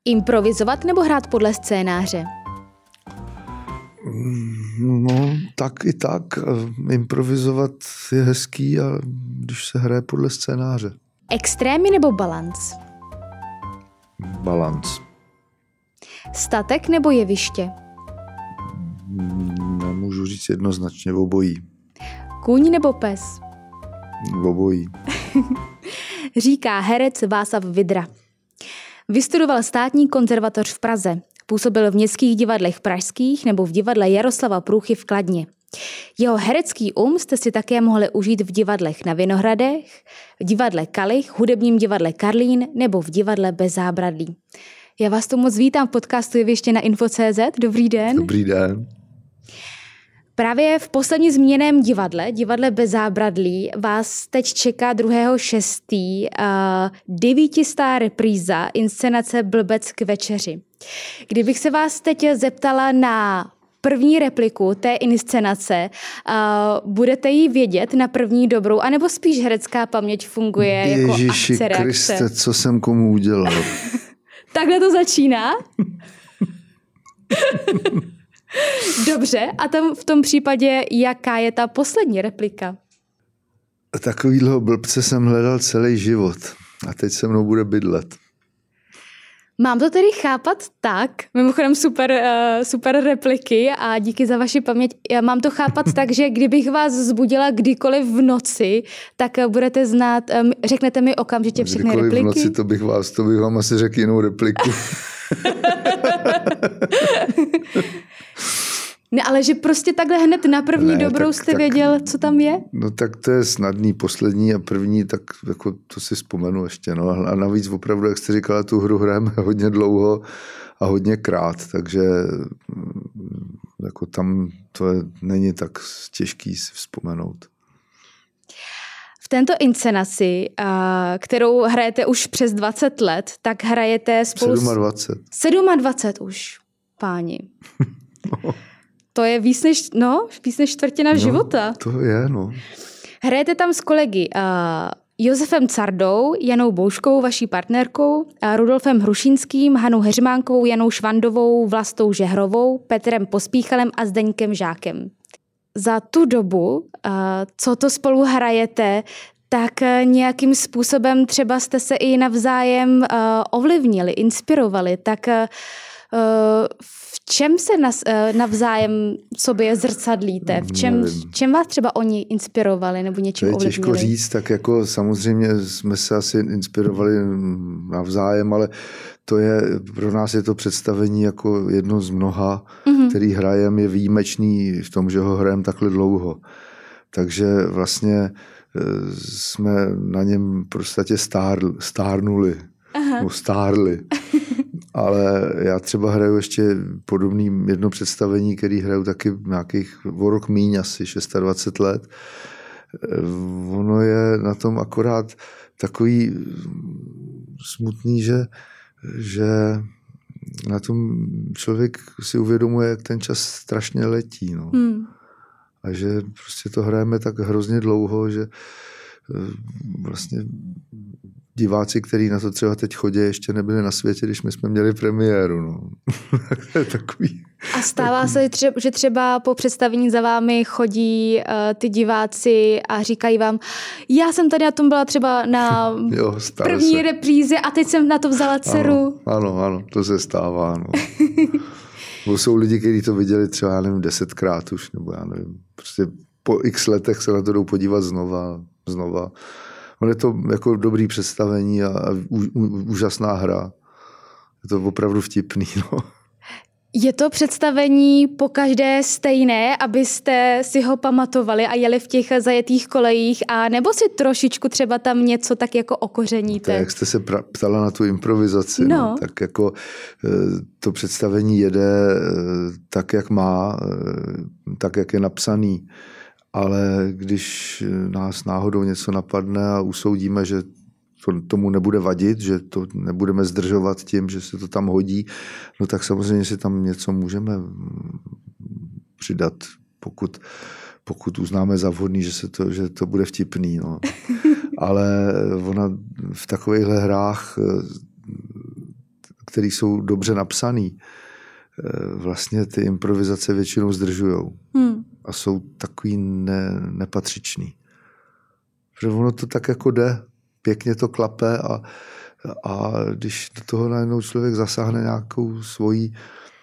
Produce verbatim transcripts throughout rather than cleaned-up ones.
Improvizovat nebo hrát podle scénáře? No, tak i tak. Improvizovat je hezký, a když se hraje podle scénáře. Extrémy nebo balanc? Balanc. Statek nebo jeviště? Nemůžu říct jednoznačně, obojí. Kůň nebo pes? Obojí. Říká herec Václav Vydra. Vystudoval Státní konzervatoř v Praze. Působil v městských divadlech pražských nebo v divadle Jaroslava Průchy v Kladně. Jeho herecký um jste si také mohli užít v divadlech Na Vinohradech, v divadle Kalich, hudebním divadle Karlín nebo v divadle Bez zábradlí. Já vás tu moc vítám v podcastu Jeviště na Info tečka cé zet. Dobrý den. Dobrý den. Právě v posledním zmíněném divadle, divadle Bez zábradlí, vás teď čeká druhého šestý uh, devítistá repríza inscenace Blbec k večeři. Kdybych se vás teď zeptala na první repliku té inscenace, uh, budete ji vědět na první dobrou, anebo spíš herecká paměť funguje Ježiši jako akce, reakce? Kriste, co jsem komu udělal? Takhle to začíná? Dobře, a tam v tom případě, jaká je ta poslední replika? Takovýhle blbce jsem hledal celý život a teď se mnou bude bydlet. Mám to tedy chápat tak, mimochodem super, uh, super repliky a díky za vaši paměť, já mám to chápat tak, že kdybych vás vzbudila kdykoliv v noci, tak budete znát, um, řeknete mi okamžitě všechny kdykoliv repliky. Kdykoliv v noci, to bych, vás, to bych vám asi řekl jinou repliku. Ne, ale že prostě takhle hned na první ne, dobrou tak, jste tak, věděl, co tam je? No tak to je snadný, poslední a první, tak jako to si vzpomenu ještě. No. A navíc opravdu, jak jste říkala, tu hru hrajeme hodně dlouho a hodně krát, takže jako tam to je, není tak těžký si vzpomenout. V této inscenaci, kterou hrajete už přes dvacet let, tak hrajete spolu... dvacet sedm. dvacet sedm už, páni. No. To je víc než, no, víc než čtvrtina no, života. To je, no. Hrajete tam s kolegy uh, Josefem Cardou, Janou Bouškovou, vaší partnerkou, uh, Rudolfem Hrušínským, Hanou Heřmánkovou, Janou Švandovou, Vlastou Žehrovou, Petrem Pospíchalem a Zdeňkem Žákem. Za tu dobu, uh, co to spolu hrajete, tak uh, nějakým způsobem třeba jste se i navzájem uh, ovlivnili, inspirovali, tak uh, v čem se nas, navzájem sobě zrcadlíte? V čem, v čem vás třeba oni inspirovali nebo něčím ovlivnili? To je těžko říct, tak jako samozřejmě jsme se asi inspirovali navzájem, ale to je, pro nás je to představení jako jedno z mnoha, mm-hmm. který hrajeme, je výjimečný v tom, že ho hrajeme takhle dlouho. Takže vlastně jsme na něm prostě stárl, stárnuli. Aha. Stárli. Ale já třeba hraju ještě podobný jedno představení, který hraju taky nějakých o rok míň, asi dvacet šest let. Ono je na tom akorát takový smutný, že, že na tom člověk si uvědomuje, jak ten čas strašně letí. No. Hmm. A že prostě to hrajeme tak hrozně dlouho, že vlastně diváci, kteří na to třeba teď chodí, ještě nebyli na světě, když my jsme měli premiéru. No. To je takový. A stává takový... se, třeba, že třeba po představení za vámi chodí uh, ty diváci a říkají vám, já jsem tady na tom byla třeba na jo, první se. repríze a teď jsem na to vzala dceru. Ano, ano, ano, to se stává. No. Bo jsou lidi, kteří to viděli třeba, já nevím, desetkrát už, nebo já nevím, prostě po x letech se na to jdou podívat znova, znova. Je to jako dobrý představení a, a ú, ú, úžasná hra. Je to opravdu vtipný. No. Je to představení pokaždé stejné, abyste si ho pamatovali a jeli v těch zajetých kolejích, a nebo si trošičku třeba tam něco tak jako okořeníte? Tak, jak jste se pra- ptala na tu improvizaci, no. No, tak jako to představení jede tak, jak má, tak, jak je napsaný. Ale když nás náhodou něco napadne a usoudíme, že to, tomu nebude vadit, že to nebudeme zdržovat tím, že se to tam hodí, no tak samozřejmě si tam něco můžeme přidat, pokud, pokud uznáme za vhodný, že, se to, že to bude vtipný. No. Ale ona v takovýchhle hrách který jsou dobře napsaný, vlastně ty improvizace většinou zdržujou. Hmm. A jsou takový ne, nepatřičný. Protože ono to tak jako jde, pěkně to klape a, a když do toho najednou člověk zasáhne nějakou svojí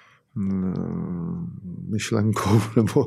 myšlenkou nebo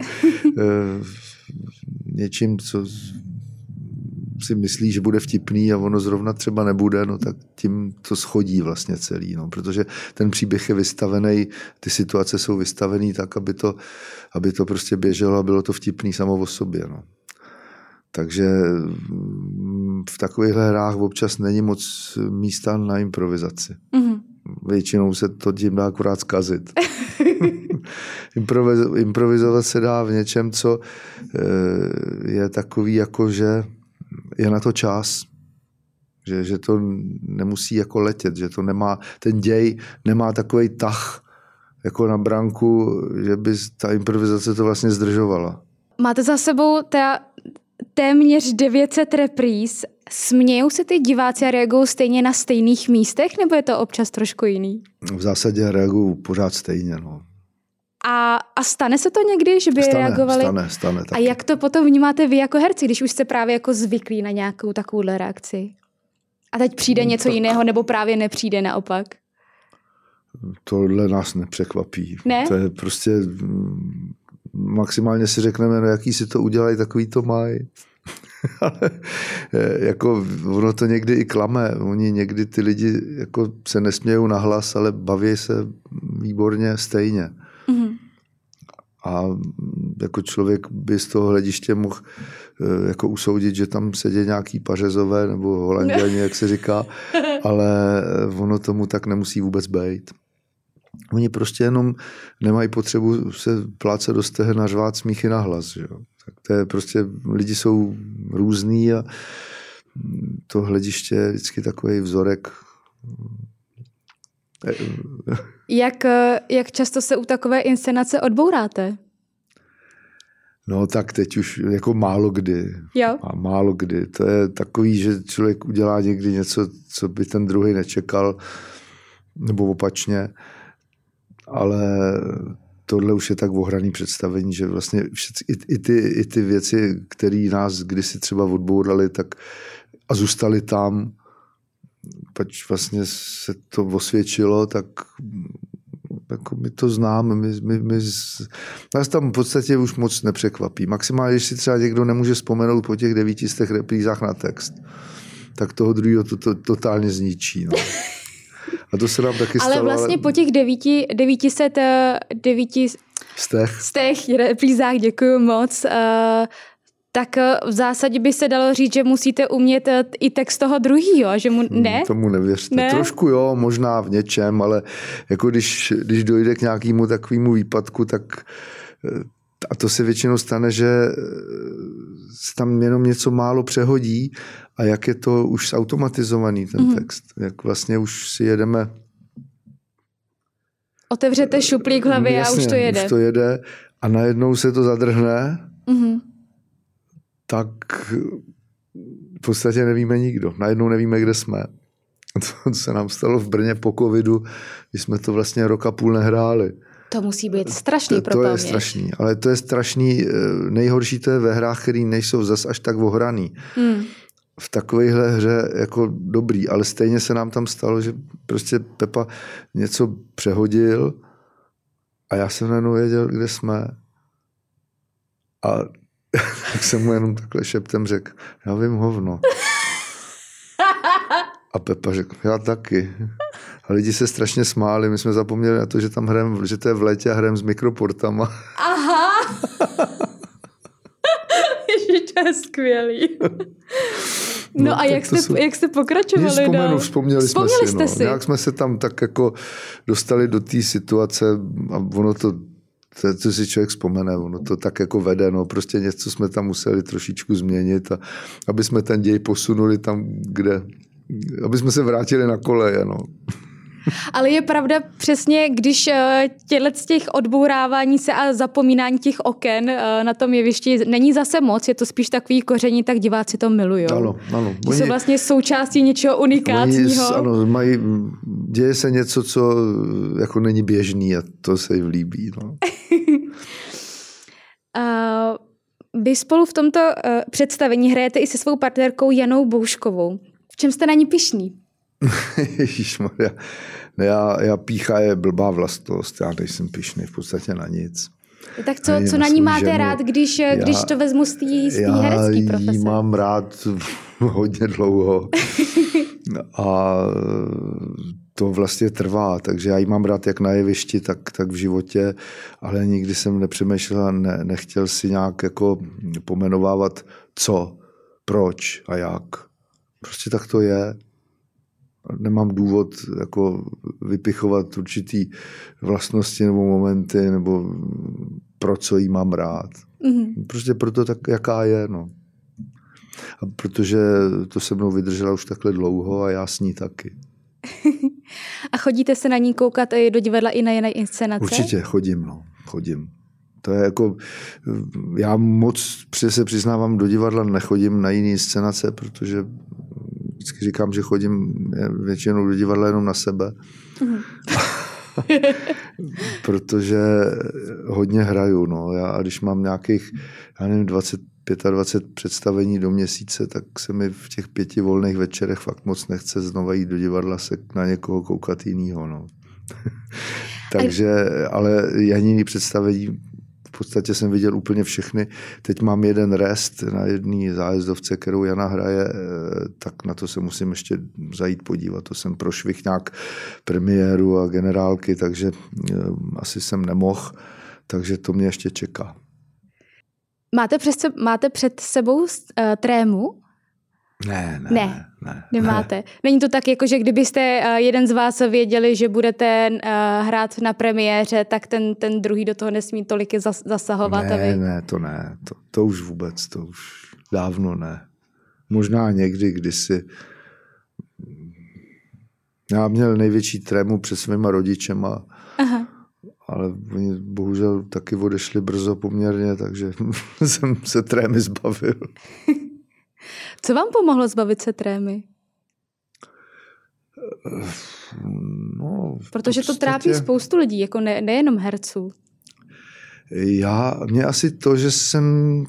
něčím, co si myslí, že bude vtipný a ono zrovna třeba nebude, no tak tím to schodí vlastně celý, no, protože ten příběh je vystavený, ty situace jsou vystavený tak, aby to, aby to prostě běželo a bylo to vtipný samo o sobě, no. Takže v takovýchhle hrách občas není moc místa na improvizaci. Mm-hmm. Většinou se to tím dá akorát zkazit. Improviz- improvizovat se dá v něčem, co je takový, jako že je na to čas, že, že to nemusí jako letět, že to nemá, ten děj nemá takovej tah jako na branku, že by ta improvizace to vlastně zdržovala. Máte za sebou ta téměř devět set repríz. Smějou se ty diváci a reagují stejně na stejných místech, nebo je to občas trošku jiný? V zásadě reagují pořád stejně, no. A, a stane se to někdy, že by stane, reagovali? Stane, stane. Taky. A jak to potom vnímáte vy jako herci, když už jste právě jako zvyklí na nějakou takovouhle reakci? A teď přijde něco tak jiného, nebo právě nepřijde naopak? Tohle nás nepřekvapí. Ne? To je prostě maximálně si řekneme, no jaký si to udělají, takový to mají. Ale jako ono to někdy i klame. Oni někdy ty lidi jako se nesmějou nahlas, ale baví se výborně stejně. Mm-hmm. A jako člověk by z toho hlediště mohl jako usoudit, že tam sedí nějaký pařezové nebo holanděni, jak se říká, ale ono tomu tak nemusí vůbec být. Oni prostě jenom nemají potřebu se plácat do stehen a řvát smíchy nahlas. Že jo? Tak to je prostě, lidi jsou různý a to hlediště je vždycky takový vzorek. Jak, jak často se u takové inscenace odbouráte? No tak teď už jako málo kdy. Jo. A málo kdy. To je takový, že člověk udělá někdy něco, co by ten druhý nečekal, nebo opačně. Ale tohle už je tak ohraný představení, že vlastně všeci, i, i, ty, i ty věci, které nás kdysi třeba odbourali tak, a zůstaly tam, pač vlastně se to osvědčilo, tak jako my to známe. My, my, my, nás tam v podstatě už moc nepřekvapí. Maximálně, když si třeba někdo nemůže vzpomenout po těch devítistech reprízách na text, tak toho druhého to, to totálně zničí. No. A to se nám taky ale stalo. Vlastně ale... po těch devíti, devítiset devíti stech. stech reprízách, děkuju moc, uh, tak v zásadě by se dalo říct, že musíte umět i text toho druhýho, že mu ne? Hmm, tomu nevěřte. Ne? Trošku jo, možná v něčem, ale jako když, když dojde k nějakému takovému výpadku, tak a to se většinou stane, že se tam jenom něco málo přehodí a jak je to už zautomatizovaný ten mm. text. Jak vlastně už si jedeme. Otevřete šuplík hlavy a už to jede. už to jede a najednou se to zadrhne, mm. tak v podstatě nevíme nikdo. Najednou nevíme, kde jsme. To se nám stalo v Brně po covidu, když jsme to vlastně rok a půl nehráli. To musí být strašný to, pro To je paměť. strašný, ale to je strašný. Nejhorší to je ve hrách, které nejsou zas až tak ohraný. Hmm. V takovéhle hře jako dobrý, ale stejně se nám tam stalo, že prostě Pepa něco přehodil a já jsem najednou věděl, kde jsme. A tak jsem mu jenom takhle šeptem řekl, já vím hovno. A Pepa řekl, já taky. A lidi se strašně smáli, my jsme zapomněli na to, že tam hrajem, že to je v létě a hrajem s mikroportama. Aha! Ježiš, to je skvělý. No, no a jak jste, jsou... jak jste pokračovali? Vzpomenu, vzpomněli, vzpomněli jsme si. si. No. Nějak jsme se tam tak jako dostali do té situace a ono to, to, to si člověk vzpomene, ono to tak jako vede, no. Prostě něco jsme tam museli trošičku změnit, a aby jsme ten děj posunuli tam, kde, aby jsme se vrátili na koleje, no. Ale je pravda přesně, když těchto z těch odbourávání se a zapomínání těch oken na tom jevišti není zase moc, je to spíš takový koření, tak diváci to milují. Ano, ano. Oni jsou vlastně součástí něčeho unikátního. Oni, ano, mají, děje se něco, co jako není běžný a to se jim líbí. No. uh, vy spolu v tomto uh, představení hrajete i se svou partnerkou Janou Bouškovou. V čem jste na ní pyšný? Ježišmarja. Já, já pícha je blbá vlastnost, já nejsem pyšný v podstatě na nic. Tak co, co na ní máte ženu. rád, když, já, když to vezmu z té herecké profese? Já ji mám rád hodně dlouho a to vlastně trvá, takže já ji mám rád jak na jevišti, tak, tak v životě, ale nikdy jsem nepřemýšlel a ne, nechtěl si nějak jako pomenovávat co, proč a jak. Prostě tak to je. Nemám důvod jako vypichovat určitý vlastnosti nebo momenty, nebo pro co jí mám rád. Mm-hmm. Prostě proto tak, jaká je. No. A protože to se mnou vydržela už takhle dlouho a já s ní taky. A chodíte se na ní koukat do divadla i na jiné inscenace? Určitě chodím, no. Chodím. To je jako, já moc se přiznávám, do divadla nechodím na jiné inscenace, protože vždycky říkám, že chodím většinou do divadla jenom na sebe. Mm. Protože hodně hraju. No. Já, a když mám nějakých, já nevím, dvacet, dvacet pět představení do měsíce, tak se mi v těch pěti volných večerech fakt moc nechce znova jít do divadla se na někoho koukat jinýho. No. Takže, ale Janiny představení v podstatě jsem viděl úplně všechny. Teď mám jeden rest na jedné zájezdovce, kterou Jana hraje, tak na to se musím ještě zajít podívat. To jsem prošvih nějak premiéru a generálky, takže asi jsem nemohl, takže to mě ještě čeká. Máte, přes, máte před sebou uh, trému? Ne, ne, ne, ne. Nemáte. Ne. Není to tak, jako že kdybyste uh, jeden z vás věděli, že budete uh, hrát na premiéře, tak ten, ten druhý do toho nesmí tolik zas, zasahovat? Ne, vy... ne, to ne. To, to už vůbec, to už dávno ne. Možná někdy, kdysi. Já měl největší trému před svýma rodičema, aha. Ale oni bohužel taky odešli brzo poměrně, takže jsem se trémy zbavil. Co vám pomohlo zbavit se trémy? No, protože podstatě... to trápí spoustu lidí, jako ne, nejenom herců. Já, mě asi to, že jsem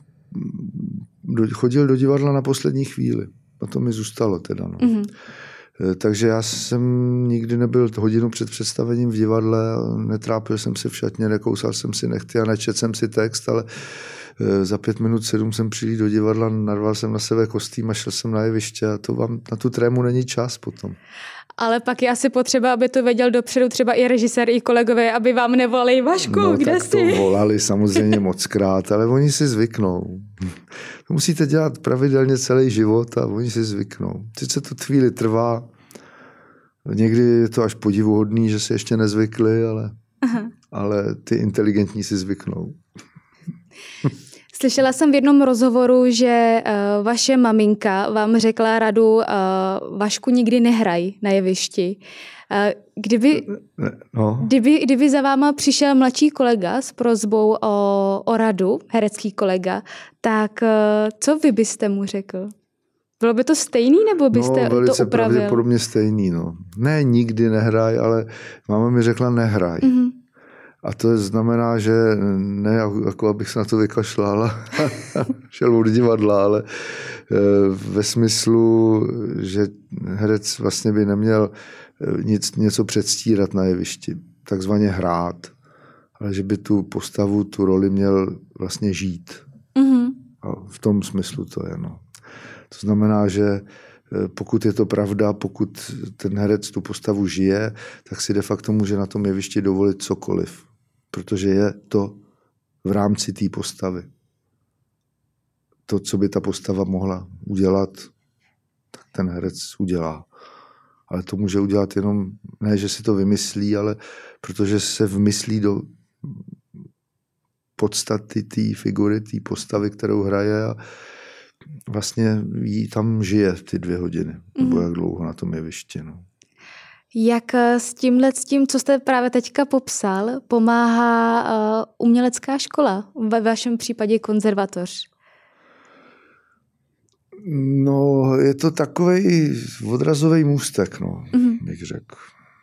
chodil do divadla na poslední chvíli. A to mi zůstalo teda. No. Mm-hmm. Takže já jsem nikdy nebyl hodinu před představením v divadle, netrápil jsem se v šatně, nekousal jsem si nechty a nečetl jsem si text, ale za pět minut sedm jsem přijel do divadla, narval jsem na sebe kostým a šel jsem na jeviště a to vám na tu trému není čas potom. Ale pak je asi potřeba, aby to věděl dopředu třeba i režisér, i kolegové, aby vám nevolali Vašku, no, kde tak jsi? To volali samozřejmě mockrát, ale oni si zvyknou. To musíte dělat pravidelně celý život a oni si zvyknou. Sice to chvíli trvá, někdy je to až podivuhodný, že si ještě nezvykli, ale, ale ty inteligentní si zvyknou. Slyšela jsem v jednom rozhovoru, že uh, vaše maminka vám řekla radu, uh, Vašku, nikdy nehraj na jevišti. Uh, kdyby, no. kdyby, kdyby za váma přišel mladší kolega s prosbou o, o radu, herecký kolega, tak uh, co vy byste mu řekl? Bylo by to stejný, nebo byste no, to upravil? Velice pravděpodobně stejný. No. Ne, nikdy nehraj, ale máma mi řekla nehraj. Mm-hmm. A to znamená, že ne, jako abych se na to vykašlal a šel od divadla, ale ve smyslu, že herec vlastně by neměl nic, něco předstírat na jevišti, takzvaně hrát, ale že by tu postavu, tu roli měl vlastně žít. Mm-hmm. A v tom smyslu to je. No. To znamená, že pokud je to pravda, pokud ten herec tu postavu žije, tak si de facto může na tom jevišti dovolit cokoliv. Protože je to v rámci té postavy. To, co by ta postava mohla udělat, tak ten herec udělá. Ale to může udělat jenom, ne, že si to vymyslí, ale protože se vmyslí do podstaty té figury, té postavy, kterou hraje a vlastně jí tam žije ty dvě hodiny. Mm. Nebo jak dlouho na tom jevišti. No. Jak s tímhle, s tím, co jste právě teďka popsal, pomáhá uh, umělecká škola, ve vašem případě konzervatoř? No, je to takovej odrazový můstek, no, mm-hmm. bych řekl.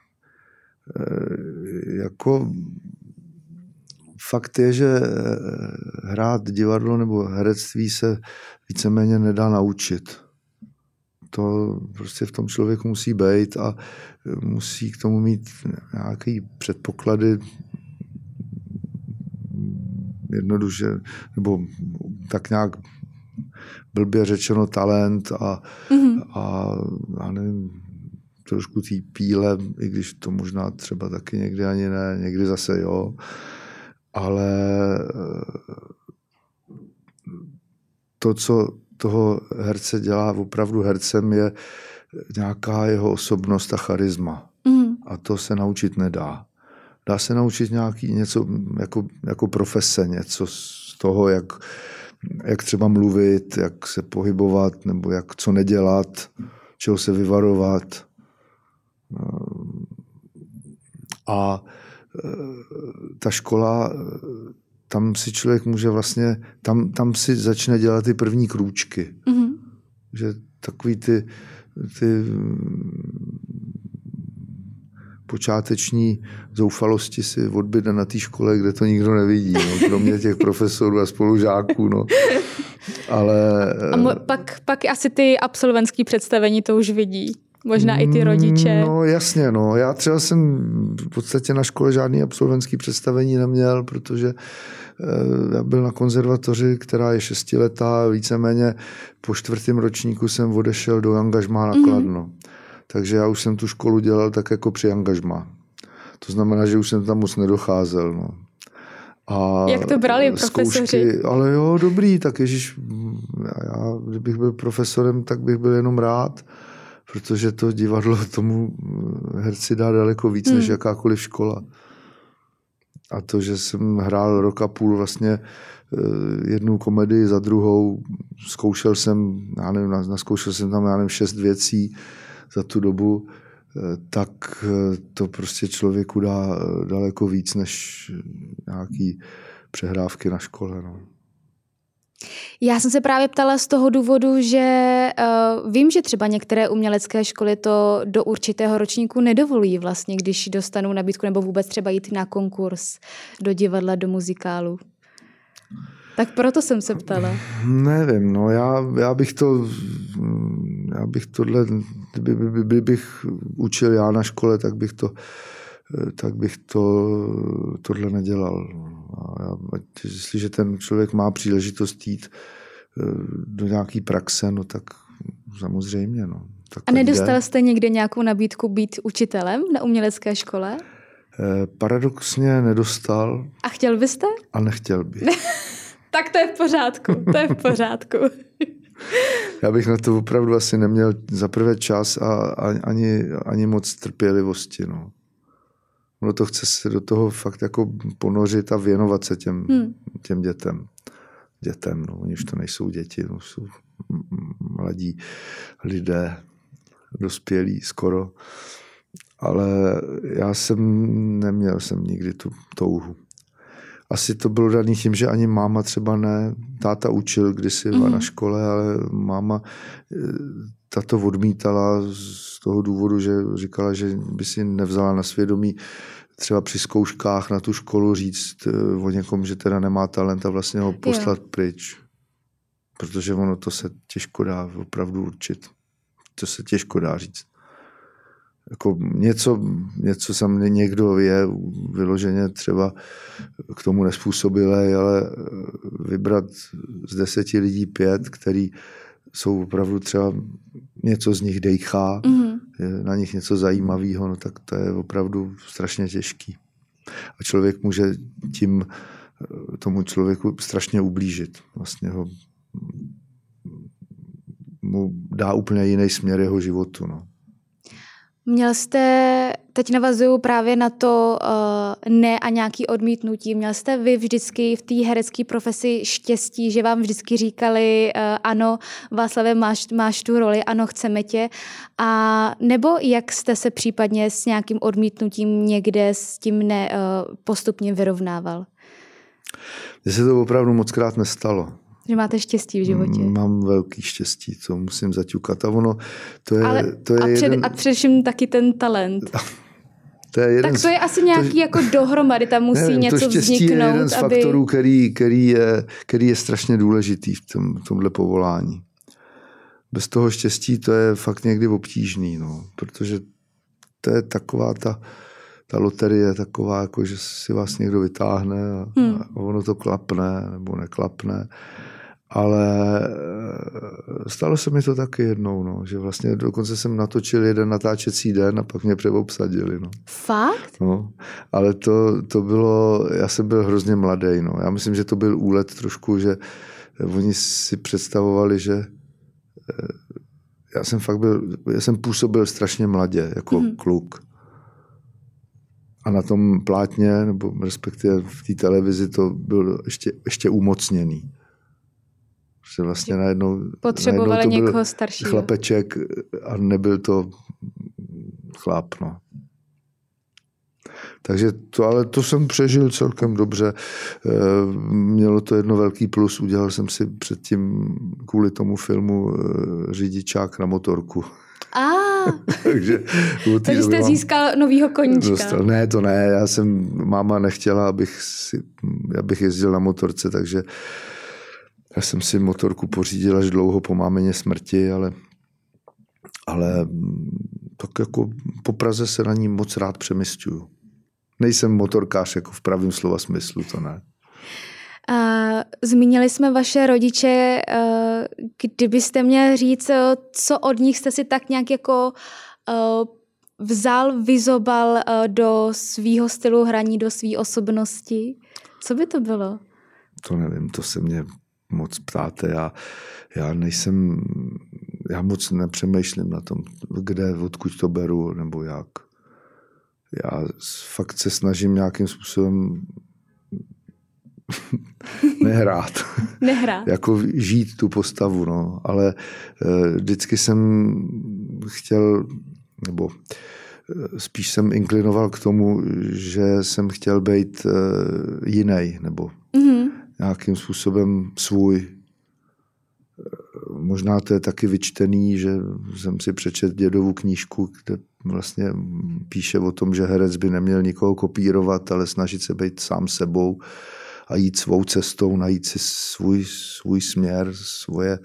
E, jako fakt je, že hrát divadlo nebo herectví se víceméně nedá naučit. To prostě v tom člověku musí být a musí k tomu mít nějaké předpoklady, jednoduše, nebo tak nějak blbě řečeno talent a, mm-hmm. a já nevím, trošku tý píle, i když to možná třeba taky někdy ani ne, někdy zase jo, ale to, co toho herce dělá opravdu hercem, je nějaká jeho osobnost a charisma. Mm. A to se naučit nedá. Dá se naučit nějaký něco jako, jako profese, něco z toho, jak, jak třeba mluvit, jak se pohybovat, nebo jak co nedělat, čeho se vyvarovat. A ta škola, tam si člověk může vlastně, tam, tam si začne dělat ty první krůčky. Mm-hmm. Že takový ty, ty počáteční zoufalosti si odbyde na té škole, kde to nikdo nevidí, no, kromě těch profesorů a spolužáků. No. Ale, a mo- pak, pak asi ty absolventské představení to už vidí. Možná i ty rodiče. No jasně, no. Já třeba jsem v podstatě na škole žádný absolventský představení neměl, protože já byl na konzervatoři, která je šestiletá, víceméně po čtvrtém ročníku jsem odešel do angažmá na Kladno. Mm-hmm. Takže já už jsem tu školu dělal tak jako při angažmá. To znamená, že už jsem tam moc nedocházel, no. A jak to brali profesoři? Zkoušky, ale jo, dobrý, tak ježiš, já, kdybych byl profesorem, tak bych byl jenom rád, protože to divadlo tomu herci dá daleko víc, hmm. než jakákoliv škola. A to, že jsem hrál rok a půl vlastně jednu komedii za druhou, zkoušel jsem, já nevím, naskoušel jsem tam, já nevím, šest věcí za tu dobu, tak to prostě člověku dá daleko víc, než nějaký přehrávky na škole, no. Já jsem se právě ptala z toho důvodu, že uh, vím, že třeba některé umělecké školy to do určitého ročníku nedovolují vlastně, když dostanou nabídku nebo vůbec třeba jít na konkurs do divadla, do muzikálu. Tak proto jsem se ptala. Nevím, no já, já bych to, já bych tohle, kdyby, kdyby bych učil já na škole, tak bych to, tak bych to, tohle nedělal. A já, jestliže ten člověk má příležitost jít do nějaký praxe, no tak samozřejmě. No, tak a nedostal jde. Jste někde nějakou nabídku být učitelem na umělecké škole? Paradoxně nedostal. A chtěl byste? A nechtěl bych. Tak to je v pořádku, to je v pořádku. Já bych na to opravdu asi neměl za prvé čas a ani, ani moc trpělivosti, no. No to chce se do toho fakt jako ponořit a věnovat se těm, hmm. těm dětem. Dětem, no, oni už to nejsou děti, no, jsou mladí lidé, dospělí skoro. Ale já jsem neměl jsem nikdy tu touhu. Asi to bylo daný tím, že ani máma třeba ne. Táta učil kdysi mm-hmm. na škole, ale máma tato odmítala z toho důvodu, že říkala, že by si nevzala na svědomí třeba při zkouškách na tu školu říct o někom, že teda nemá talent a vlastně ho poslat jo. pryč. Protože ono to se těžko dá opravdu určit. To se těžko dá říct. Jako něco, něco sam někdo je vyloženě třeba k tomu nespůsobilý, ale vybrat z deseti lidí pět, který jsou opravdu třeba něco z nich dejchá, mm-hmm. je na nich něco zajímavého, no tak to je opravdu strašně těžký. A člověk může tím tomu člověku strašně ublížit. Vlastně ho mu dá úplně jiný směr jeho životu, no. Měl jste teď navazuju právě na to uh, ne a nějaký odmítnutí. Měl jste vy vždycky v té herecké profesi štěstí, že vám vždycky říkali uh, ano, Václave, máš, máš tu roli, ano, chceme tě. A nebo jak jste se případně s nějakým odmítnutím někde s tím ne, uh, postupně vyrovnával? Mně se to opravdu mockrát nestalo. Že máte štěstí v životě. Mám velký štěstí, to musím zaťukat. A ono, to je, Ale, to je a, před, jeden... a především taky ten talent. To je jeden tak to je asi nějaký to, jako dohromady, tam musí nevím, něco vzniknout. To štěstí vzniknout, je jeden z aby... faktorů, který, který, je, který je strašně důležitý v tom, tomhle povolání. Bez toho štěstí to je fakt někdy obtížný, no, protože to je taková ta, ta loterie, taková, jako, že si vás někdo vytáhne a, hmm. a ono to klapne nebo neklapne. Ale stalo se mi to taky jednou, no, že vlastně dokonce jsem natočil jeden natáčecí den a pak mě přeobsadili. No. Fakt? No, ale to, to bylo, já jsem byl hrozně mladý. No. Já myslím, že to byl úlet trošku, že oni si představovali, že já jsem fakt byl, já jsem působil strašně mladě, jako mm. kluk. A na tom plátně, nebo respektive v té televizi to bylo ještě, ještě umocněný. Že vlastně najednou, potřebovali najednou to někoho byl staršího. Chlapeček a nebyl to chlap, no. Takže to, ale to jsem přežil celkem dobře. Mělo to jedno velký plus. Udělal jsem si předtím kvůli tomu filmu řidičák na motorku. Ah, takže takže jste získal novýho koníčka. Dostal. Ne, to ne. Já jsem, máma nechtěla, abych, si, abych jezdil na motorce, takže já jsem si motorku pořídil až dlouho po mámině smrti, ale, ale tak jako po Praze se na ní moc rád přemysťuju. Nejsem motorkář jako v pravém slova smyslu, to ne. Uh, zmínili jsme vaše rodiče, uh, kdybyste měl říct, co od nich jste si tak nějak jako uh, vzal, vyzobal uh, do svýho stylu hraní, do své osobnosti. Co by to bylo? To nevím, to se mě moc ptáte. Já, já nejsem, já moc nepřemýšlím na tom, kde, odkud to beru, nebo jak. Já fakt se snažím nějakým způsobem nehrát. Nehrát. Jako žít tu postavu, no. Ale uh, vždycky jsem chtěl, nebo uh, spíš jsem inklinoval k tomu, že jsem chtěl být uh, jiný, nebo mm-hmm. nějakým způsobem svůj. Možná to je taky vyčtený, že jsem si přečetl dědovu knížku, kde vlastně píše o tom, že herec by neměl nikoho kopírovat, ale snažit se být sám sebou a jít svou cestou, najít si svůj, svůj směr, svoje,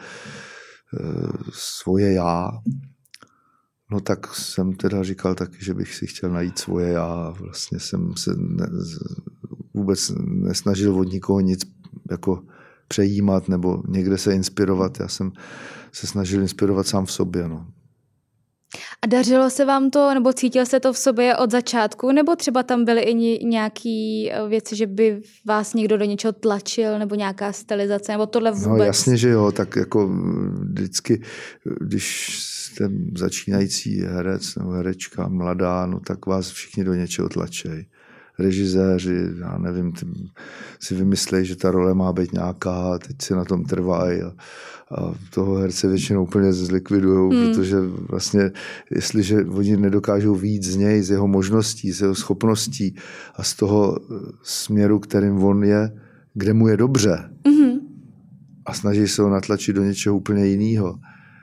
svoje já. No tak jsem teda říkal taky, že bych si chtěl najít svoje já. Vlastně jsem se ne, vůbec nesnažil od nikoho nic jako přejímat nebo někde se inspirovat. Já jsem se snažil inspirovat sám v sobě. No. A dařilo se vám to, nebo cítil se to v sobě od začátku, nebo třeba tam byly i nějaké věci, že by vás někdo do něčeho tlačil, nebo nějaká stylizace, nebo tohle vůbec? No jasně, že jo, tak jako vždycky, když jste začínající herec nebo herečka, mladá, no tak vás všichni do něčeho tlačej. Režiséři, já nevím, si vymyslejí, že ta role má být nějaká, teď si na tom trvají a, a toho herce většinou úplně zlikvidujou, hmm. protože vlastně, jestliže oni nedokážou vyjít z něj, z jeho možností, z jeho schopností a z toho směru, kterým on je, kde mu je dobře hmm. a snaží se ho natlačit do něčeho úplně jiného,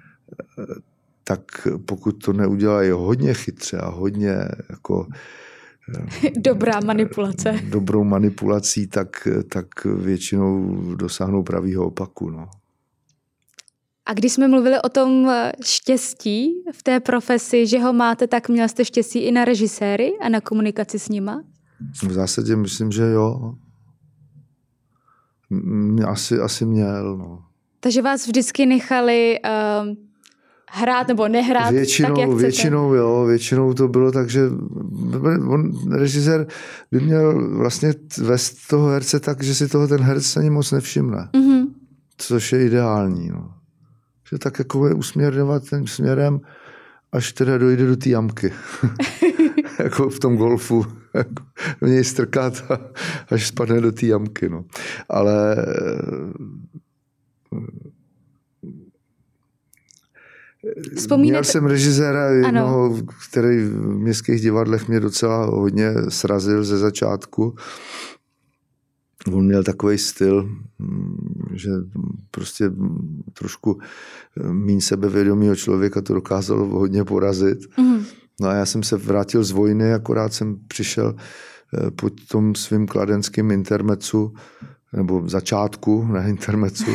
tak pokud to neudělají hodně chytře a hodně jako dobrá manipulace. Dobrou manipulací, tak, tak většinou dosáhnou pravýho opaku. No. A když jsme mluvili o tom štěstí v té profesi, že ho máte, tak měl jste štěstí i na režiséry a na komunikaci s nima? V zásadě myslím, že jo. Asi, asi měl. No. Takže vás vždycky nechali uh, hrát nebo nehrát většinou, tak, jak chcete? Většinou, jo. Většinou to bylo tak, že on, režisér by měl vlastně vést toho herce tak, že si toho ten herec ani moc nevšimne. Mm-hmm. Což je ideální. No. Že tak jako je usměrňovat tím směrem až teda dojde do té jamky. Jako v tom golfu. Do něj strkat, až spadne do té jamky. No. Ale Vzpomínat... měl jsem režiséra jednoho, který v městských divadlech mě docela hodně srazil ze začátku. On měl takový styl, že prostě trošku míň sebevědomýho člověka to dokázalo hodně porazit. Mm. No a já jsem se vrátil z vojny, akorát jsem přišel po tom svým kladenském intermecu, nebo začátku, ne intermecu,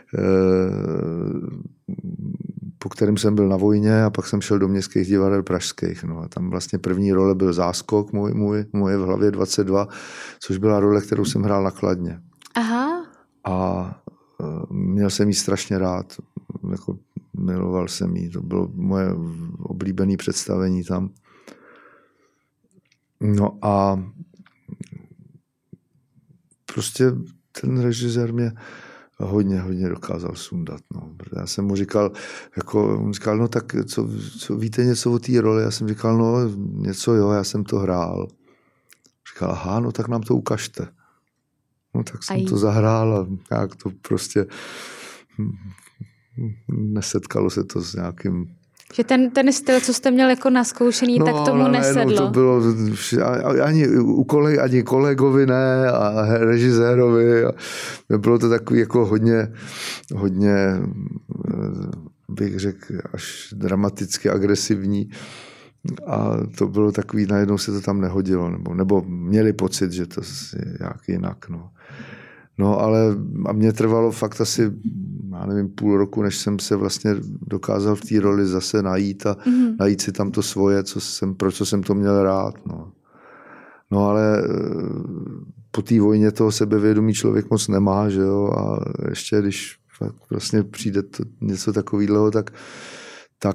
po kterém jsem byl na vojně a pak jsem šel do městských divadel pražských. No a tam vlastně první role byl Záskok můj, můj, moje v hlavě dvacet dva, což byla role, kterou jsem hrál na Kladně. Aha. A měl jsem jí strašně rád. Jako miloval jsem jí. To bylo moje oblíbené představení tam. No a prostě ten režisér mě hodně, hodně dokázal sundat. No. Já jsem mu říkal, jako, on říkal, no tak co, co, víte něco o té roli? Já jsem říkal, no něco jo, já jsem to hrál. Říkal, aha, no tak nám to ukažte. No tak jsem Aj. to zahrál a nějak to prostě nesetkalo se to s nějakým... Že ten, ten styl, co jste měl jako naskoušený, no, tak tomu nesedlo. No, to bylo ani u koleg, ani kolegovi ne a režisérovi. A bylo to takový jako hodně, hodně, bych řekl, až dramaticky agresivní. A to bylo takový, najednou se to tam nehodilo. Nebo, nebo měli pocit, že to je jak jinak. No. No ale a mě trvalo fakt asi, já nevím, půl roku, než jsem se vlastně dokázal v té roli zase najít a mm-hmm. najít si tam to svoje, co jsem, pro co jsem to měl rád. No, no ale po té vojně toho sebevědomí člověk moc nemá, že jo, a ještě když fakt vlastně přijde to, něco takového, tak, tak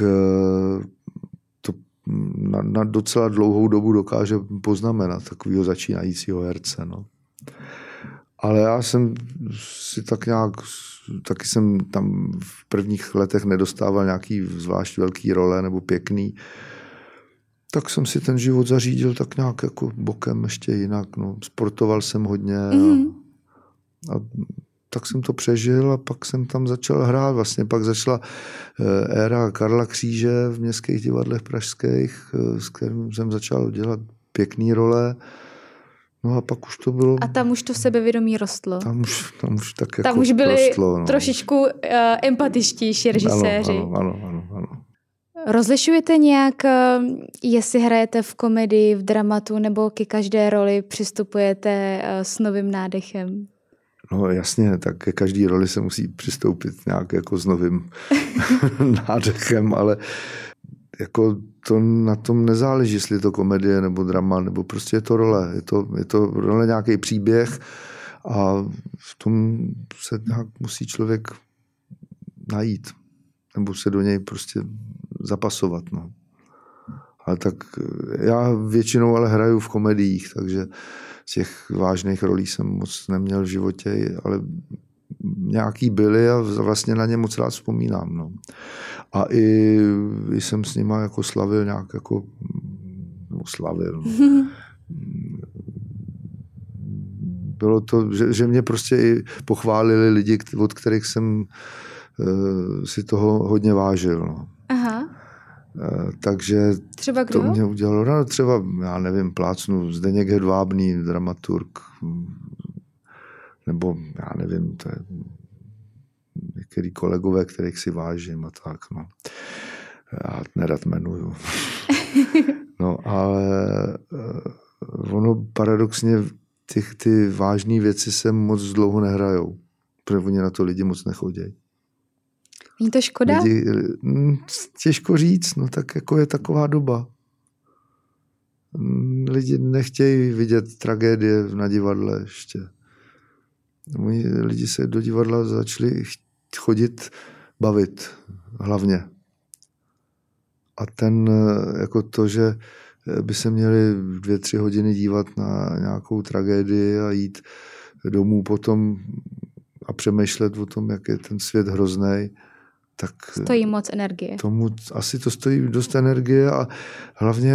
to na, na docela dlouhou dobu dokáže poznamenat takového začínajícího herce, no. Ale já jsem si tak nějak, taky jsem tam v prvních letech nedostával nějaký zvlášť velký role nebo pěkný. Tak jsem si ten život zařídil tak nějak jako bokem ještě jinak. No. Sportoval jsem hodně mm. a, a tak jsem to přežil a pak jsem tam začal hrát. Vlastně pak začala éra Karla Kříže v městských divadlech pražských, s kterým jsem začal dělat pěkný role. No a pak už to bylo... A tam už to sebevědomí rostlo. Tam už, tam už tak jako Tam už byli rostlo, no. trošičku uh, empatičtější režiséři. Ano, ano, ano, ano. Rozlišujete nějak, uh, jestli hrajete v komedii, v dramatu, nebo ke každé roli přistupujete uh, s novým nádechem? No jasně, tak ke každé roli se musí přistoupit nějak jako s novým nádechem, ale jako to na tom nezáleží, jestli je to komedie nebo drama, nebo prostě je to role. Je to, je to role nějaký příběh a v tom se nějak musí člověk najít. Nebo se do něj prostě zapasovat. No. Ale tak já většinou ale hraju v komediích, takže těch vážných rolí jsem moc neměl v životě, ale nějaký byly a vlastně na ně moc rád vzpomínám. No. A i, i jsem s nima jako slavil nějak jako, no slavil. No. Bylo to, že, že mě prostě i pochválili lidi, od kterých jsem uh, si toho hodně vážil. No. Aha. Uh, takže třeba kdo? To mě udělalo, no, třeba, já nevím, plácnu, Zdeněk Hedvábný, dramaturg, nebo já nevím, to je některý kolegové, kterých si vážím a tak, no. Já nerad jmenuju. No, ale ono paradoxně ty, ty vážné věci se moc dlouho nehrajou, protože oni na to lidi moc nechodí. Není to škoda? Lidi, těžko říct, no tak jako je taková doba. Lidi nechtějí vidět tragédie na divadle ještě. Oni lidi se do divadla začali chodit bavit hlavně. A ten, jako to, že by se měli dvě, tři hodiny dívat na nějakou tragédii a jít domů potom a přemýšlet o tom, jak je ten svět hroznej, tak stojí moc energie. Tomu asi to stojí dost energie a hlavně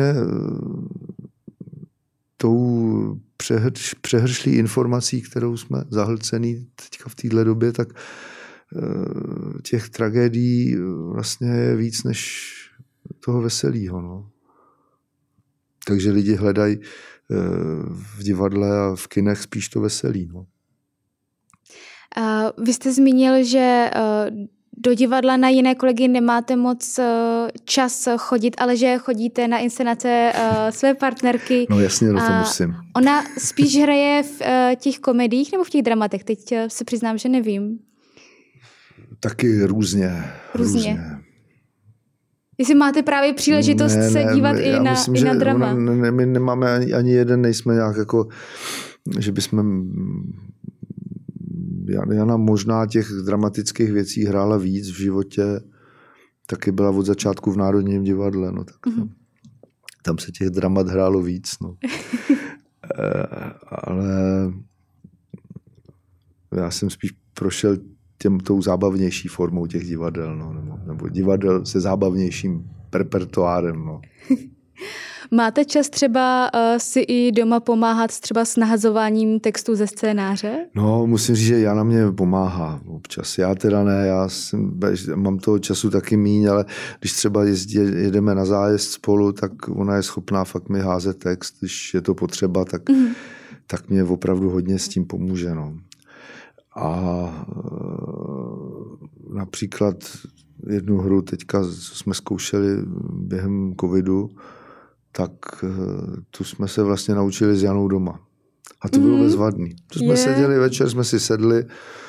tou přehrš, přehršlí informací, kterou jsme zahlcený teďka v téhle době, tak těch tragédií vlastně je víc než toho veselýho. No. Takže lidi hledají v divadle a v kinech spíš to veselí. No. Uh, vy jste zmínil, že uh, do divadla na jiné kolegy nemáte moc uh, čas chodit, ale že chodíte na inscenace uh, své partnerky. No jasně, no to musím. Ona spíš hraje v uh, těch komediích nebo v těch dramatech? Teď uh, se přiznám, že nevím. Taky různě. Různě. různě. Jestli máte právě příležitost ne, se ne, dívat i na, myslím, i na drama. Ona, ne, my nemáme ani, ani jeden, nejsme nějak jako, že bychom... Jana možná těch dramatických věcí hrála víc v životě, taky byla od začátku v Národním divadle, no tak tam, mm-hmm. tam se těch dramat hrálo víc, no. e, ale já jsem spíš prošel těm, tou zábavnější formou těch divadel, no, nebo, nebo divadel se zábavnějším repertoárem, no. Máte čas třeba uh, si i doma pomáhat třeba s nahazováním textů ze scénáře? No, musím říct, že Jana mě pomáhá občas. Já teda ne, já jsem, mám toho času taky míň, ale když třeba jezdí, jedeme na zájezd spolu, tak ona je schopná fakt mi házet text, když je to potřeba, tak, mm. tak mě opravdu hodně s tím pomůže. No. A například jednu hru teďka jsme zkoušeli během covidu, tak tu jsme se vlastně naučili s Janou doma. A to mm-hmm. bylo bezvadný. To jsme yeah. seděli večer, jsme si sedli,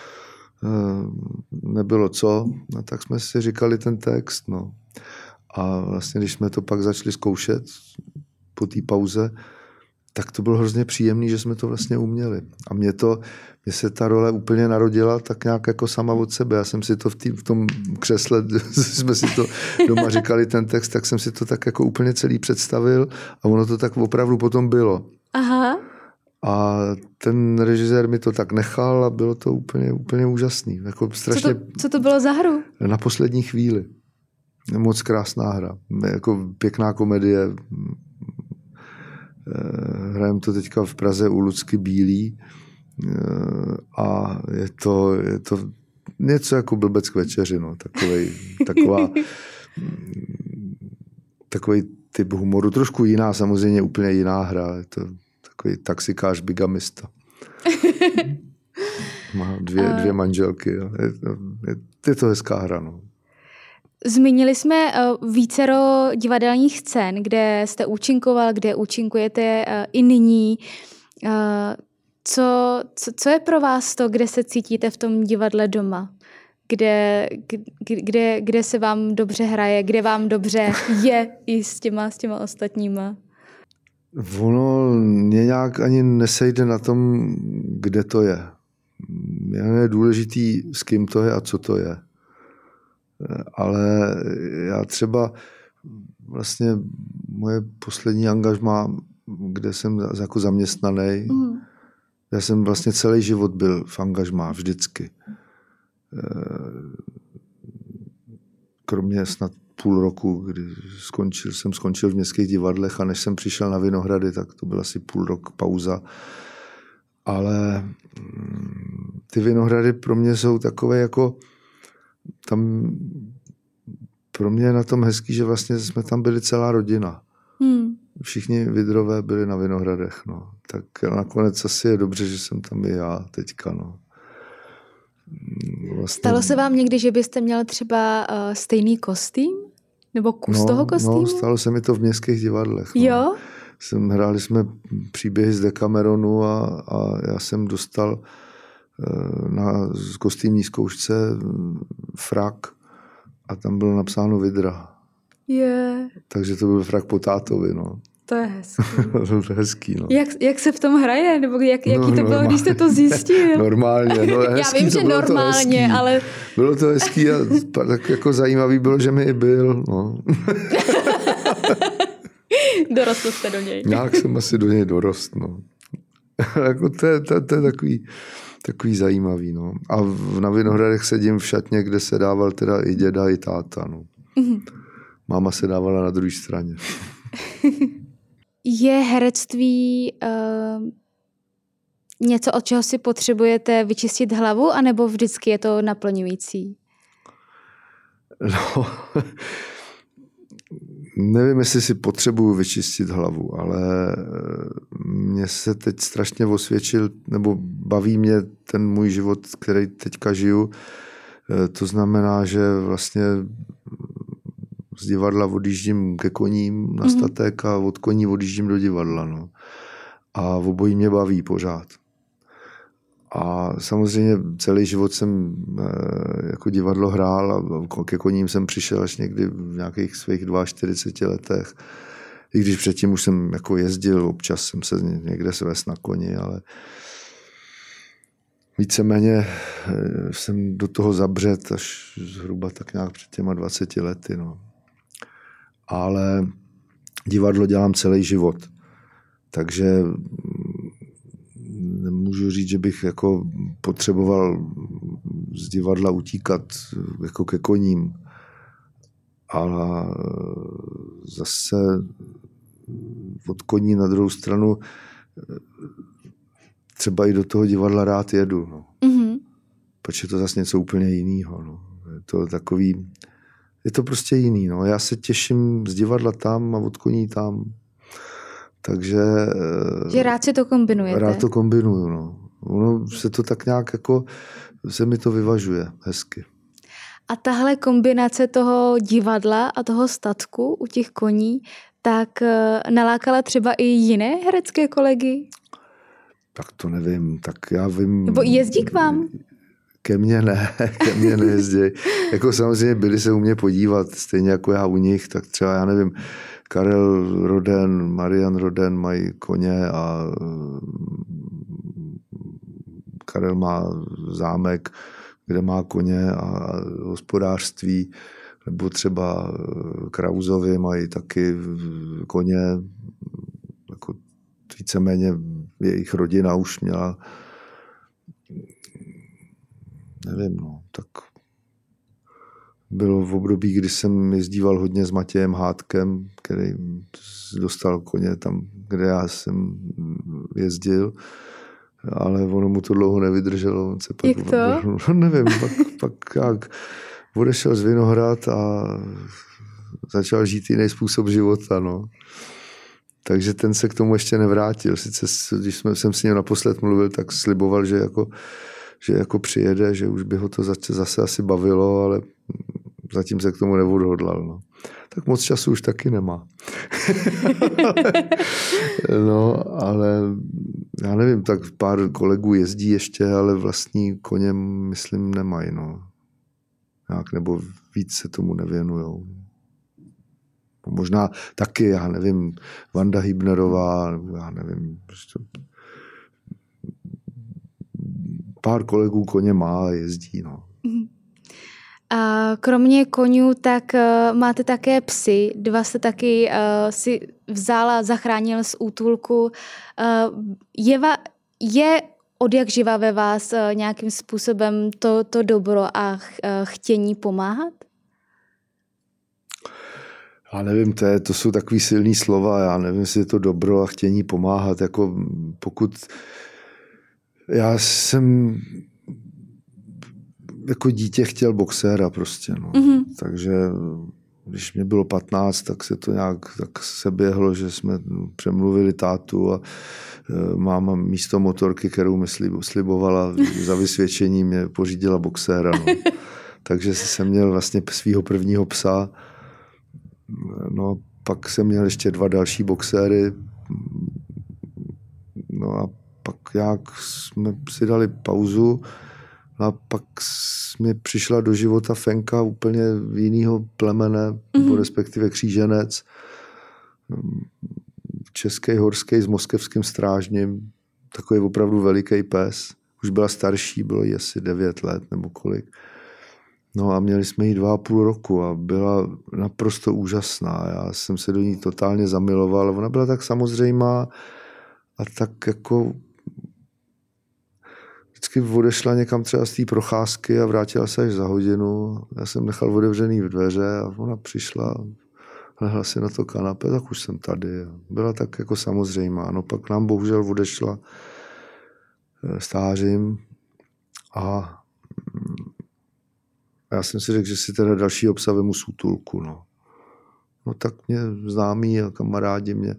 nebylo co, a tak jsme si říkali ten text. No. A vlastně, když jsme to pak začali zkoušet po té pauze, tak to bylo hrozně příjemný, že jsme to vlastně uměli. A mě to, mě se ta role úplně narodila tak nějak jako sama od sebe. Já jsem si to v, tý, v tom křesle, jsme si to doma říkali ten text, tak jsem si to tak jako úplně celý představil a ono to tak opravdu potom bylo. Aha. A ten režisér mi to tak nechal a bylo to úplně, úplně úžasný. Jako strašně, co, to, co to bylo za hru? Na poslední chvíli. Moc krásná hra. Jako pěkná komedie. Hrajeme to teďka v Praze u Lucky Bílý a je to, je to něco jako Blbec k večeři, no. Takovej, taková, takový typ humoru. Trošku jiná, samozřejmě úplně jiná hra. Je to takový taxikář bigamista. Má dvě, dvě manželky. Je, je, je to hezká hra, no. Zmínili jsme vícero divadelních scén, kde jste účinkoval, kde účinkujete i nyní. Co, co, co je pro vás to, kde se cítíte v tom divadle doma? Kde, kde, kde se vám dobře hraje, kde vám dobře je i s těma, s těma ostatníma? Ono mě nějak ani nesejde na tom, kde to je. Je důležitý, s kým to je a co to je. Ale já třeba vlastně moje poslední angažmá, kde jsem jako zaměstnaný, mm. já jsem vlastně celý život byl v angažmá, vždycky. Kromě snad půl roku, kdy skončil, jsem skončil v městských divadlech a než jsem přišel na Vinohrady, tak to byl asi půl rok pauza. Ale ty Vinohrady pro mě jsou takové jako tam pro mě je na tom hezký, že vlastně jsme tam byli celá rodina. Hmm. Všichni Vidrové byli na Vinohradech. No. Tak nakonec asi je dobře, že jsem tam i já teďka. No. Vlastně... Stalo se vám někdy, že byste měl třeba uh, stejný kostým? Nebo kus no, toho kostýmu? No, stalo se mi to v městských divadlech. No. Jo? Jsem, hráli jsme příběhy z Decameronu a, a já jsem dostal na kostýmní zkoušce frak a tam bylo napsáno Vidra. Yeah. Takže to byl frak po tátovi, no. To je hezký. To je hezký, no. Jak, jak se v tom hraje? Nebo jak, jaký no, to bylo, když jste to zjistil? Normálně. No, já vím, že normálně, ale... Bylo to hezký a tak jako zajímavý bylo, že mi i byl, no. Dorostl jste do něj. Nějak jsem asi do něj dorost, no. Jako to, je, to, to je takový... takový zajímavý. No. A na Vinohradech sedím v šatně, kde se dával teda i děda, i táta. No. Mm-hmm. Máma se dávala na druhé straně. Je herectví uh, něco, od čeho si potřebujete vyčistit hlavu, anebo vždycky je to naplňující? No, nevím, jestli si potřebuju vyčistit hlavu, ale mě se teď strašně osvědčil, nebo baví mě ten můj život, který teďka žiju. To znamená, že vlastně z divadla odjíždím ke koním na statek a od koní odjíždím do divadla. No. A obojí mě baví pořád. A samozřejmě celý život jsem jako divadlo hrál a ke koním jsem přišel až někdy v nějakých svých čtyřiceti dvou letech. I když předtím už jsem jako jezdil, občas jsem se někde svést na koni, ale víceméně jsem do toho zabřet až zhruba tak nějak před těma dvaceti lety. No. Ale divadlo dělám celý život. Takže nemůžu říct, že bych jako potřeboval z divadla utíkat jako ke koním. Ale zase od koní na druhou stranu třeba i do toho divadla rád jedu. No. Mm-hmm. Protože je to zase něco úplně jiného. No. Je to takový, je to prostě jiný. No. Já se těším z divadla tam a od koní tam. Takže... Že rád si to kombinujete. Rád to kombinuju, no. Ono se to tak nějak jako, se mi to vyvažuje hezky. A tahle kombinace toho divadla a toho statku u těch koní, tak nalákala třeba i jiné herecké kolegy? Tak to nevím, tak já vím... Nebo jezdí k vám? Ke mně ne, ke mně nejezdí. Jako samozřejmě byli se u mě podívat, stejně jako já u nich, tak třeba já nevím, Karel Roden, Marian Roden mají koně a Karel má zámek, kde má koně a hospodářství, nebo třeba Krausovi mají taky koně, jako víceméně jejich rodina už měla, nevím, no, tak bylo v období, kdy jsem jezdíval hodně s Matějem Hádkem, který dostal koně tam, kde já jsem jezdil, ale ono mu to dlouho nevydrželo. On se pak, jak to? Nevím, pak, pak jak odešel z Vinohrad a začal žít jiný způsob života, no. Takže ten se k tomu ještě nevrátil. Sice, když jsme, jsem s ním naposled mluvil, tak sliboval, že jako, že jako přijede, že už by ho to zase, zase asi bavilo, ale zatím se k tomu neodhodlal. No. Tak moc času už taky nemá. No, ale já nevím, tak pár kolegů jezdí ještě, ale vlastní koně, myslím, nemají. No. Nějak, nebo víc se tomu nevěnujou. Možná taky, já nevím, Vanda Hybnerová, nebo já nevím, prostě pár kolegů koně má a jezdí, no. A kromě koňů, tak uh, máte také psy. Dva jste taky uh, si vzal a zachránil z útulku. Uh, je, va, je od jak živa ve vás uh, nějakým způsobem to, to dobro a ch, uh, chtění pomáhat? Já nevím, to, je, to jsou takový silný slova. Já nevím, jestli je to dobro a chtění pomáhat. Jako pokud... Já jsem... jako dítě chtěl boxéra prostě, no. Mm-hmm. Takže když mě bylo patnáct, tak se to nějak tak se běhlo, že jsme přemluvili tátu a máma místo motorky, kterou mi slibovala za vysvědčení, mě pořídila boxéra, no. Takže jsem měl vlastně svého prvního psa. No, pak jsem měl ještě dva další boxéry. No a pak jak jsme si dali pauzu. A pak mi přišla do života Fenka úplně jiného plemene, mm-hmm. respektive kříženec. Český, horský s moskevským strážním. Takový opravdu veliký pes. Už byla starší, bylo jí asi devět let nebo kolik. No a měli jsme ji dva a půl roku a byla naprosto úžasná. Já jsem se do ní totálně zamiloval. Ona byla tak samozřejmá a tak jako... vždycky odešla někam třeba z té procházky a vrátila se až za hodinu. Já jsem nechal otevřený v dveře a ona přišla, lehla si na to kanapé, tak už jsem tady. Byla tak jako samozřejmá. No pak nám bohužel odešla stářím a já jsem si řekl, že si teda další obsah vemu z útulku. No. no tak mě známí a kamarádi mě,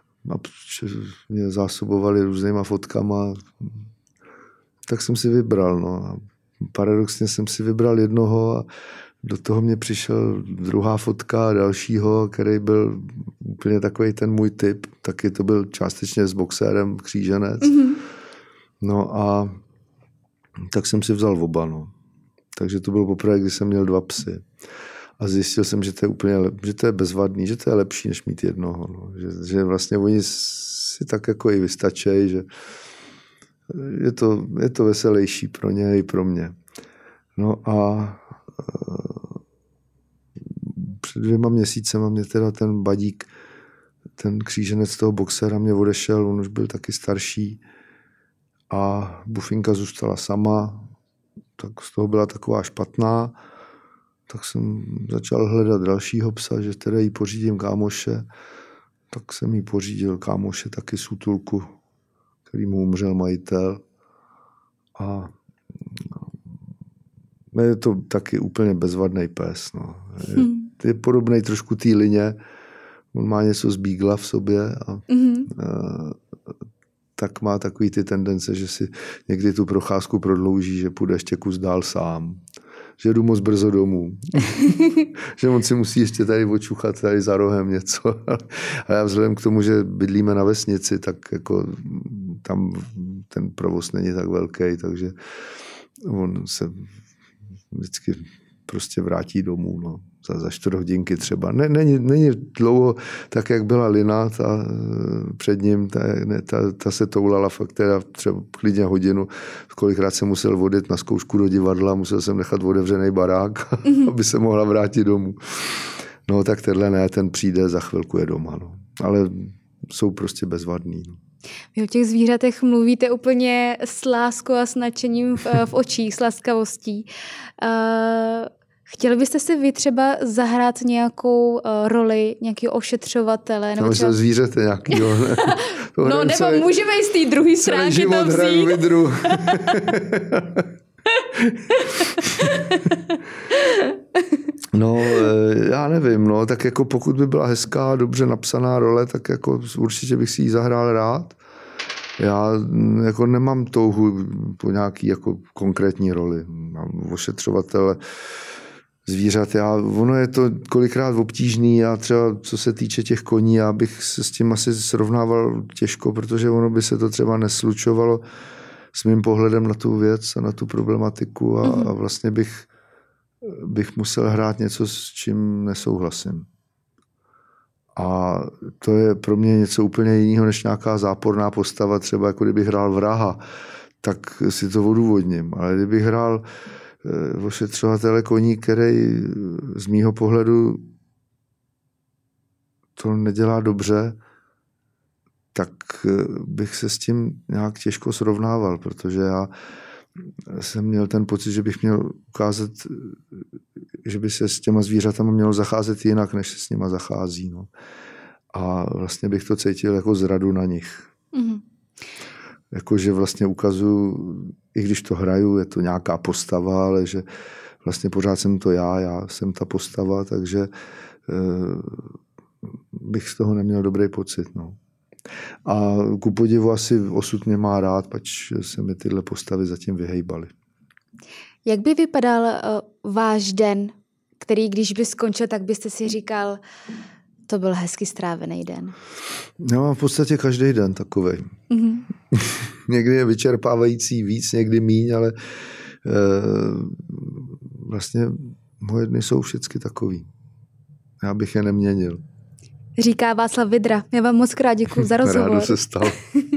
mě zásobovali různýma fotkama. Tak jsem si vybral. No. A paradoxně jsem si vybral jednoho a do toho mě přišel druhá fotka dalšího, který byl úplně takový ten můj typ. Taky to byl částečně s boxérem kříženec. Mm-hmm. No a tak jsem si vzal oba. No. Takže to bylo poprvé, kdy jsem měl dva psy. A zjistil jsem, že to je úplně že to je bezvadný, že to je lepší, než mít jednoho. No. Že, že vlastně oni si tak jako i vystačejí, že je to, je to veselější pro ně i pro mě. No a před dvěma měsícema mě teda ten badík, ten kříženec toho boxera mě odešel, on už byl taky starší a bufinka zůstala sama, tak z toho byla taková špatná, tak jsem začal hledat dalšího psa, že teda jí pořídím kámoše, tak jsem jí pořídil kámoše taky z útulku, který mu umřel majitel a je to taky úplně bezvadný pes. No. Je, hmm. je podobný trošku té lině. On má něco z beagla v sobě a, hmm. a tak má takový ty tendence, že si někdy tu procházku prodlouží, že půjde ještě kus dál sám. Že jdu moc brzo domů. Že on si musí ještě tady očuchat tady za rohem něco. A já vzhledem k tomu, že bydlíme na vesnici, tak jako tam ten provoz není tak velký, takže on se vždycky prostě vrátí domů, no, za, za čtvrt hodinky třeba. Ne, není, není dlouho tak, jak byla Lina, ta před ním, ta, ne, ta, ta se toulala fakt teda třeba klidně hodinu. Kolikrát jsem musel odjet na zkoušku do divadla, musel jsem nechat otevřený barák, mm-hmm. aby se mohla vrátit domů. No tak tenhle ne, ten přijde, za chvilku je doma, no. Ale jsou prostě bezvadný, no. Vy o těch zvířatech mluvíte úplně s láskou a s nadšením v, v očích, s laskavostí. Uh, chtěli byste si vy třeba zahrát nějakou uh, roli nějakého ošetřovatele? Nebo třeba zvířete nějakýho. Ne? No nebo celý, můžeme i z té druhé stránky to vzít. No, já nevím, no, tak jako pokud by byla hezká, dobře napsaná role, tak jako určitě bych si ji zahrál rád. Já jako nemám touhu po nějaký jako konkrétní roli. Ošetřovatele zvířat, já, ono je to kolikrát obtížný, já třeba co se týče těch koní, já bych se s tím asi srovnával těžko, protože ono by se to třeba neslučovalo s mým pohledem na tu věc a na tu problematiku a, mm-hmm. a vlastně bych bych musel hrát něco, s čím nesouhlasím. A to je pro mě něco úplně jiného, než nějaká záporná postava, třeba jako kdybych hrál vraha, tak si to odůvodním. Ale kdybych hrál ošetřovatele koní, který z mýho pohledu to nedělá dobře, tak bych se s tím nějak těžko srovnával, protože já jsem měl ten pocit, že bych měl ukázat, že by se s těma zvířatama mělo zacházet jinak, než se s nima zachází. No. A vlastně bych to cítil jako zradu na nich. Mm-hmm. Jako, že vlastně ukazuju, i když to hraju, je to nějaká postava, ale že vlastně pořád jsem to já, já jsem ta postava, takže eh, bych z toho neměl dobrý pocit. No. A ku podivu asi osud mě má rád, pač se mi tyhle postavy zatím vyhejbaly. Jak by vypadal uh, váš den, který když by skončil, tak byste si říkal, to byl hezky strávený den? Já mám v podstatě každý den takovej. Mm-hmm. Někdy je vyčerpávající víc, někdy míň, ale uh, vlastně moje dny jsou všechny takový. Já bych je neměnil. Říká Václav Vydra. Já vám moc krát děkuju za rozhovor. Rádo se stalo.